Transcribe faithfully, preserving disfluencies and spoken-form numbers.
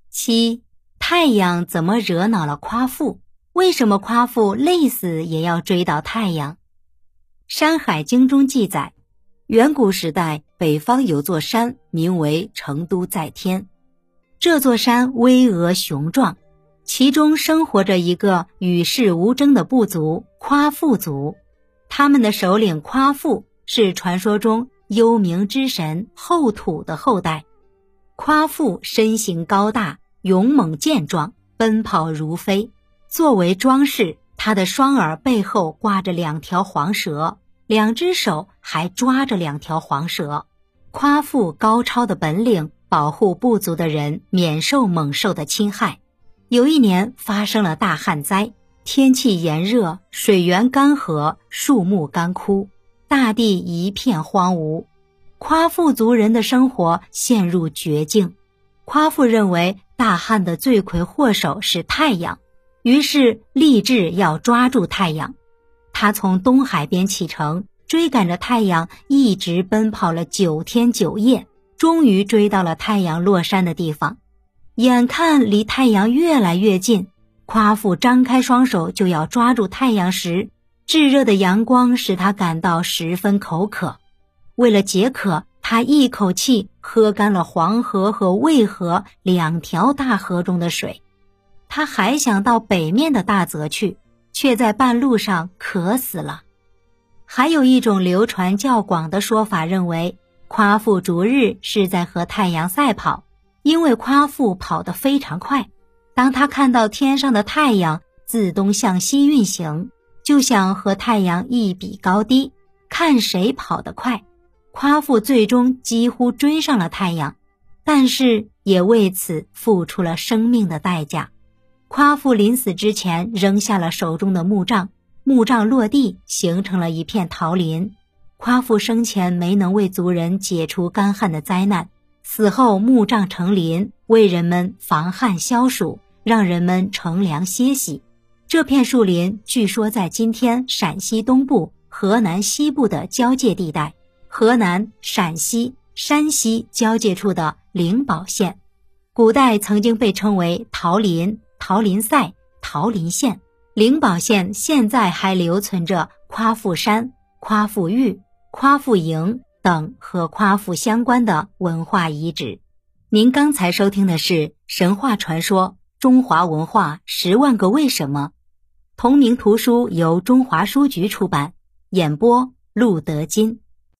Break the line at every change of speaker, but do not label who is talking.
七、太阳怎么惹恼了夸父？为什么夸父累死也要追到太阳？《山海经》中记载，远古时代北方有座山名为成都在天，这座山巍峨雄壮，其中生活着一个与世无争的部族夸父族，他们的首领夸父是传说中幽冥之神后土的后代。夸父身形高大，勇猛健壮，奔跑如飞。作为装饰，他的双耳背后挂着两条黄蛇，两只手还抓着两条黄蛇。夸父高超的本领保护部族的人免受猛兽的侵害。有一年发生了大旱灾，天气炎热，水源干涸，树木干枯，大地一片荒芜。夸父族人的生活陷入绝境。夸父认为大旱的罪魁祸首是太阳，于是立志要抓住太阳。他从东海边启程，追赶着太阳，一直奔跑了九天九夜，终于追到了太阳落山的地方。眼看离太阳越来越近，夸父张开双手就要抓住太阳时，炙热的阳光使他感到十分口渴。为了解渴，他一口气喝干了黄河和渭河两条大河中的水。他还想到北面的大泽去，却在半路上渴死了。还有一种流传较广的说法认为，夸父逐日是在和太阳赛跑，因为夸父跑得非常快，当他看到天上的太阳自东向西运行，就想和太阳一比高低，看谁跑得快。夸父最终几乎追上了太阳，但是也为此付出了生命的代价。夸父临死之前扔下了手中的木杖，木杖落地形成了一片桃林。夸父生前没能为族人解除干旱的灾难，死后木杖成林，为人们防旱消暑，让人们乘凉歇息。这片树林据说在今天陕西东部、河南西部的交界地带，河南、陕西、山西交界处的灵宝县，古代曾经被称为桃林、桃林赛、桃林县。灵宝县现在还留存着夸父山、夸父峪、夸父营等和夸父相关的文化遗址。您刚才收听的是神话传说中华文化十万个为什么，同名图书由中华书局出版，演播陆德金。